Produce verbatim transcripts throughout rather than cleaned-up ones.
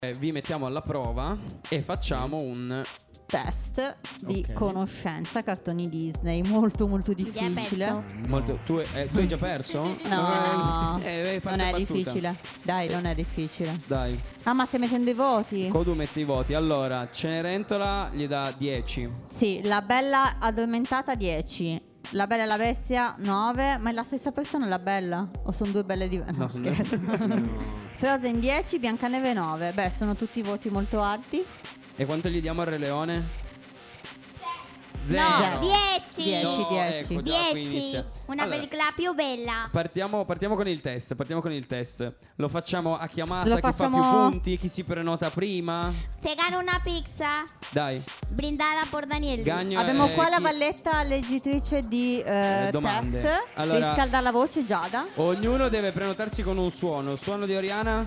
Eh, vi mettiamo alla prova e facciamo un test di Ok. conoscenza cartoni Disney, molto molto difficile. molto. Tu, eh, tu hai già perso? No, Eh, eh, fate non è battuta. difficile. Dai, non è difficile. Dai, Ah, ma stai mettendo i voti? Codu mette i voti. Allora, Cenerentola gli dà dieci. Sì, la bella addormentata dieci. La bella e la bestia nove. Ma è la stessa persona la bella? O sono due belle diverse? No, No, sono scherzo. No. Frozen dieci, Biancaneve nove. Beh, sono tutti voti molto alti. E quanto gli diamo al Re Leone? Zero. No, dieci. dieci, No, dieci. ecco, già qui dieci. inizia. Una Allora, pellicola più bella. Partiamo, partiamo con il test. Partiamo con il test. Lo facciamo a chiamata. Lo chi facciamo- fa più punti? Chi si prenota prima? Se gana una pizza Dai, brindada por Daniel. Gagno. Abbiamo eh, qua la chi- valletta leggitrice di eh, Eh, domande. test. Allora- Riscalda la voce, Giada. Ognuno deve prenotarsi con un suono. Il suono di Oriana?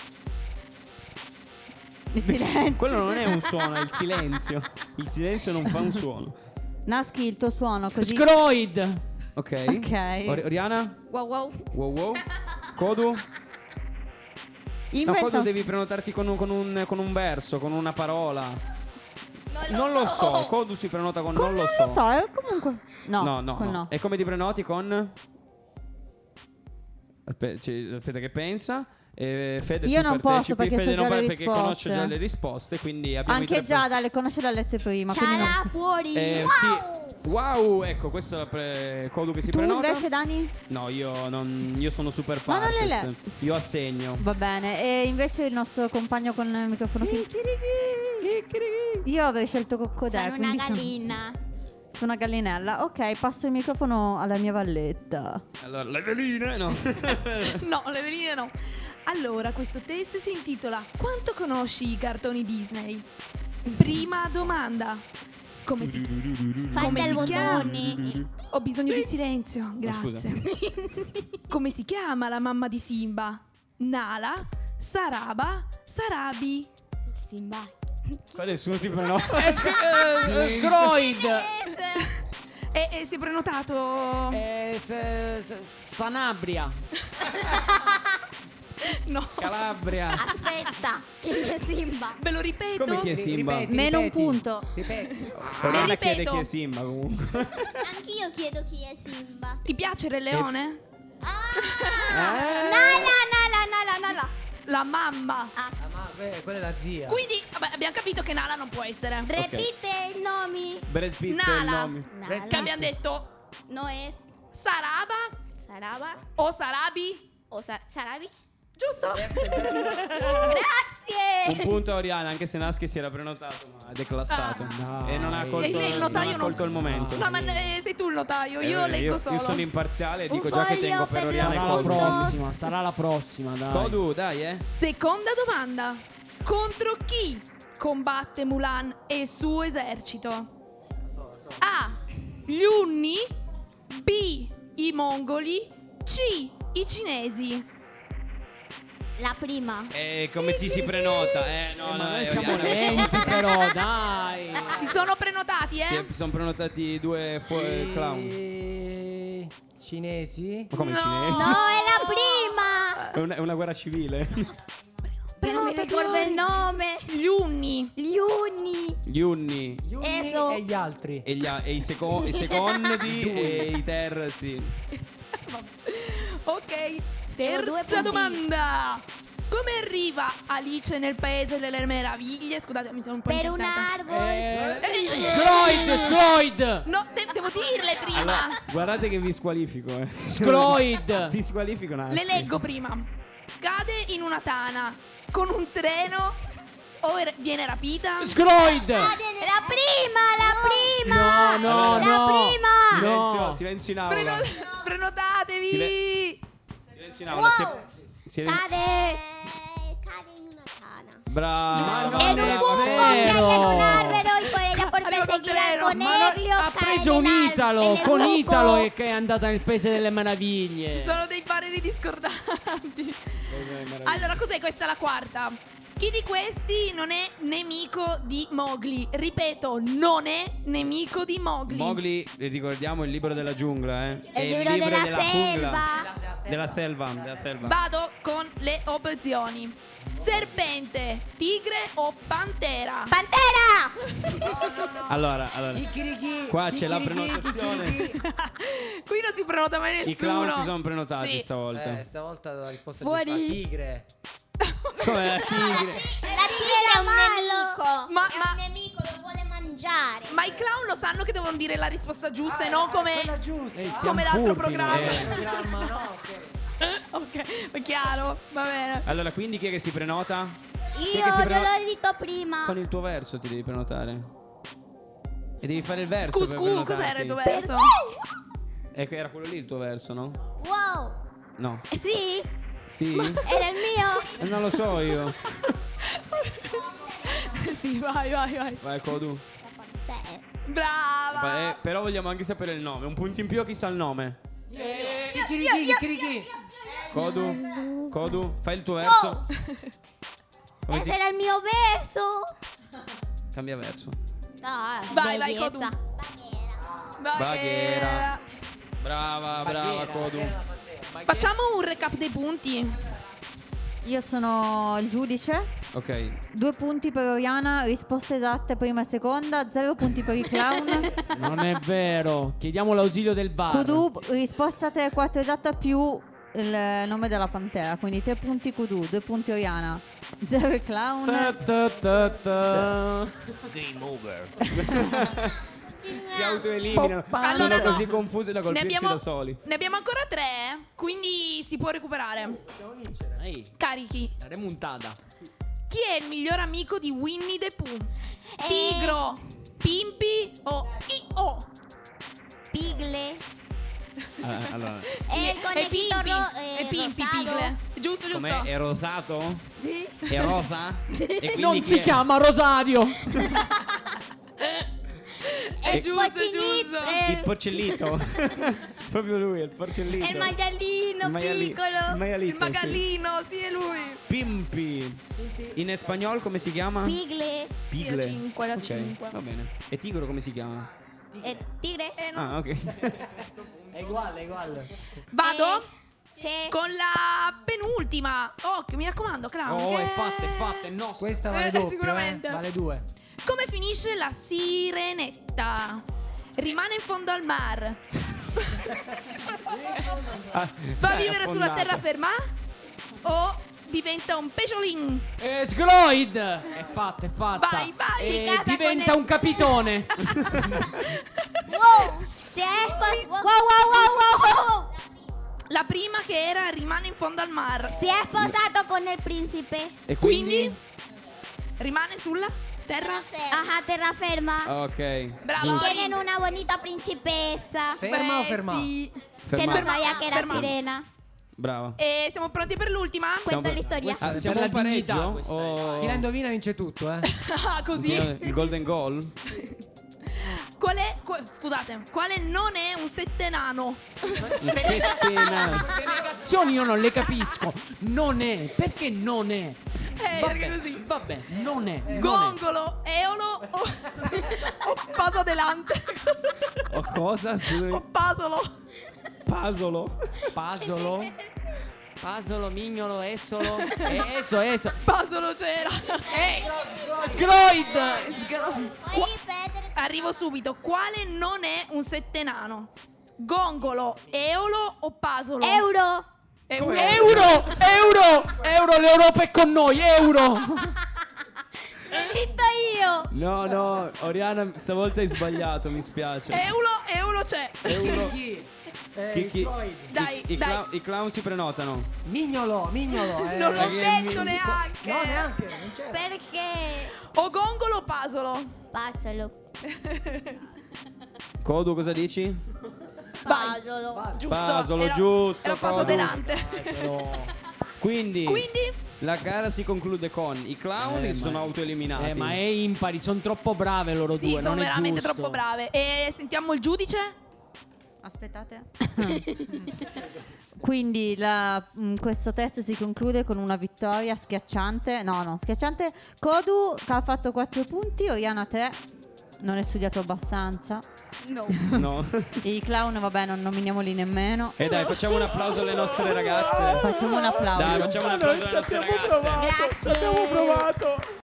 Il silenzio. Quello non è un suono, è il silenzio. Il silenzio non fa un suono. Naschi il tuo suono così. Scroid. Ok. Ok. Ori- Oriana? Wow wow. Wow wow. Codu? No, Inventa Codu un- devi prenotarti con un, con un, con un verso, con una parola. Non Non lo so. Codu si prenota con, Con non lo non so. lo so, eh, comunque. No, no, no, con no. no. E come ti prenoti con? Aspe- ci- aspetta che pensa. Eh, Fede, Io tu non partecipi. posso perché Fede so non già pa- le perché conosce risposte. già le risposte, quindi abbiamo i Anche tre Giada le conosce le lettere prima. Quindi Sarà non... fuori. Eh, wow. sì. Wow, ecco, questo è la pre- Codu che si Tu prenota. invece, Dani? No, io non io sono super Ma non le partes. Io assegno. Va bene. E invece il nostro compagno con il microfono finto. Io avrei scelto Coccodè. Sono una quindi sono- gallina. Sono una gallinella. Ok, passo il microfono alla mia valletta. Allora, le veline, no. No, le veline no. Allora, questo test si intitola Quanto conosci i cartoni Disney? Prima domanda. Come si Fate Come il si chiama? bottone. Ho bisogno di silenzio, scusa. grazie. Come si chiama la mamma di Simba? Nala, Saraba, Sarabi. Simba. Qua nessuno si prenota. Eh, sc- eh, Scroid. E, e si è prenotato? Eh, s- s- Sanabria. No. Calabria. Aspetta. Chi è Simba? Ve lo ripeto? Come chi è Simba? Ripeti, Meno un ripeti. punto. Ripeti. Oriana Le chiede ripeto. chi è Simba comunque. Anch'io chiedo chi è Simba. Ti piace Re Leone? Ah! Eh? Nala, nala, nala, nala. La mamma. Ah. Ah, ma beh, quella è la zia. Quindi, vabbè, abbiamo capito che Nala non può essere. Repite i nomi. Brad Pitt è il Nala. nome. Nala. Che abbiamo detto No es Saraba Saraba o Sarabi? o Sa- Sarabi? Giusto? Grazie. Un punto a Oriana, anche se Naschi si era prenotato, ma ha declassato. Ah. E non ha Dai. colto, E il non notaio ha non- colto il momento. No, ma eh, sei tu il notaio, io Eh, leggo solo. Io sono imparziale e Un dico già che foglio tengo per per Oriana e Sarà la Codu. punto. prossima, sarà la prossima, dai. Codu, dai, eh. Seconda domanda. Contro chi combatte Mulan e il suo esercito? A. Gli Unni. B. I mongoli. C. I cinesi. La prima. Eh, come ci si prenota? Eh, no, Eh, no, ma noi eh, siamo Oriana, lenti però, dai. Si sono prenotati, eh? Si sono prenotati due fu- clown. Eh, Cinesi? Ma come No. cinesi? No, è la prima. È una, è una guerra civile. Che non mi ricordo il nome. Gli Unni. Gli Uni. Gli Unni Gli Unni Eso. e gli altri. e, gli, a- e i, seco- i secondi e i terzi. Ok. Devo due Terza punti. domanda. Come arriva Alice nel paese delle meraviglie? Scusate, mi sono un po' Per un inquietata. arbore. Eh, Scroid, Scroid. No, de- devo dirle prima. Allora, guardate che vi squalifico, eh. Scroid. Ti squalifico, Naschi. Le leggo prima. Cade in una tana con un treno o er- viene rapita. Scroid. La prima, la prima. No, no, la no. prima. Silenzio, No. silenzio in aula. Preno- prenotatevi. Sile- Silenzio in aula. Wow. si- silenzio- Cade. Cade in una tana. Bravo. Ma non En è un buco que hay en vero. un árbol y por ella por Arriva col perseguir al treno. coneglio Ha cae preso un nel al- Italo, en el con buco. Italo e che è andata nel paese delle meraviglie. Ci sono dei pareri discordanti. Allora, cos'è questa la quarta? Chi di questi non è nemico di Mowgli? Ripeto, non è nemico di Mowgli. Mowgli, ricordiamo il libro della giungla, eh. El libro de la selva. jungla. Della selva, della selva. Vado con le opzioni. Serpente, tigre o pantera? Pantera! Allora, allora. Qua c'è la prenotazione. Qui non si prenota mai nessuno. I clown si sono prenotati Sì. stavolta. Eh, stavolta la risposta Fuori. giusta. Tigre. Come la tigre. La tigre è un nemico. Ma- è ma- un nemico, lo vuole mangiare. Ma i clown lo sanno che devono dire la risposta giusta e non come, giusta. Eh, siamo come l'altro furbi programma. noi. Eh, programma, no, ok. Ok, è chiaro, va bene. Allora, quindi chi è che si prenota? Chi è Io che si te prenota? l'ho detto prima. Con il tuo verso ti devi prenotare. E devi fare il verso Scusa, per scusa, prenotarti. cos'era il tuo verso? E che era quello lì il tuo verso, no? Wow. No. Eh, Sì, Sì? era il mio. Eh, Non lo so io. Sì, vai, vai, vai. Vai, Kodu. Brava. Eh, però vogliamo anche sapere il nome. Un punto in più a chi sa il nome. Eh, Chirichi, Chirichi. Kodu. Kodu, fai il tuo verso. Come Ese si... era il mio verso. Cambia verso. No, Vai, vai, bellezza. Kodu. Baghera. Brava, brava, Kodu. Facciamo un recap dei punti. Io sono il giudice. Ok. Due punti per Oriana, risposte esatte prima e seconda. Zero punti per i clown. Non è vero. Chiediamo l'ausilio del V A R. Kudu, risposta tre e quattro esatta più il nome della pantera. Quindi tre punti Kudu, due punti Oriana, zero i clown. Ta ta ta ta. Si autoeliminano. Allora Sono no. così confusi da Ne colpirsi abbiamo, da soli. ne abbiamo ancora tre, quindi si può recuperare. Ehi, Carichi. la remontata. Chi è il miglior amico di Winnie the Pooh? Eh. Tigro, Pimpi o I-O? Pigle. Eh, allora. E il È connettito Pimpi, ro- eh, è Pimpi, rosato. Pigle. Giusto, giusto. Com'è? È rosato? Sì. È rosa? E quindi Non chi si è? chiama Rosario. E È il giusto, è porcinito, giusto. eh, Il porcellito. Proprio lui, è il porcellito. è il maialino Il maiali- piccolo. Il Il maialito, sì. magallino, sì, è lui. Pimpi. In spagnolo come si chiama? Pigle. Pigle. Sì, la cinque, la Ok, cinque. va bene. E tigro come si chiama? E tigre. Eh, no. Ah, ok. È uguale, è uguale. Vado Eh, sì. con la penultima. Occhio, mi raccomando, clown. Oh, che- è fatta, è fatta, è nostra. Questa vale Eh, doppio, sicuramente. eh? Vale due. Come finisce la sirenetta? Rimane in fondo al mar. Ah, Va a dai, vivere sulla affondata. terraferma? O diventa un pesciolin? Eh, Sgroid! È fatta, è fatta. Vai, vai. E Si casa diventa con un capitone. Wow. Si è spos- wow, wow, wow, wow, wow. La prima che era rimane in fondo al mar. Si è sposato con il principe. E quindi? Quindi rimane sulla terra? Ajá, terraferma. Ok. Bravo. Y Ori. tienen una bonita principessa. Ferma o Beh, ferma? sì. Que no Fermata. sabía que era Ferma. sirena. Brava. E siamo pronti per l'ultima? Cuento per- la historia. Ah, Per siamo la un pareggio? dignità questa è. O... Chi la indovina vince tutto, eh? Ah, così? Il golden goal? Qual è, qu- scusate, quale non è un sette nano? Il sette nani. Queste negazioni io non le capisco. Non è. Perché non è? Eh, Vabbè, perché così? Vabbè, non è. non è. Gongolo, eolo o, o paso delante? O cosa? O Scusami. pasolo? Pasolo. Pasolo. Pasolo, mignolo, essolo. Eh, eso, eso. Pasolo c'era. Eh, Sgroid! Puoi ripetere? Arrivo subito. Quale non è un sette nano? Gongolo, eolo o pasolo? Euro. Euro. Euro! Euro! Euro, l'Europa è con noi, euro! He visto io. No, no, Oriana, stavolta hai sbagliato, mi spiace. Euro, euro c'è. Euro. Chi? Eh, Chi- chi- Freud. Dai, I, i dai. clown, I clown si prenotano. Mignolo, mignolo. Eh. Non l'ho che detto mi- neanche. No, neanche, non c'è. Perché? O gongolo o pasolo? Passalo. Kodu, cosa dici? Pasolo. Giusto. Pasolo, era, giusto, Era paso Kodu. delante. Quindi, Quindi la gara si conclude con i clown Eh, che si ma- sono autoeliminati. Eh, ma è impari, sono troppo brave loro sì, due. sono non è veramente giusto. troppo brave. E sentiamo il giudice? Aspettate. Quindi la- mh, questo test si conclude con una vittoria schiacciante. No, no, schiacciante. Kodu che ha fatto quattro punti, Oriana tre. non hai studiato abbastanza. No. No. I clown, vabbè, non nominiamoli nemmeno. E dai, facciamo un applauso alle nostre ragazze. Facciamo un applauso. Dai, facciamo un applauso alle nostre ragazze. Grazie. Abbiamo provato.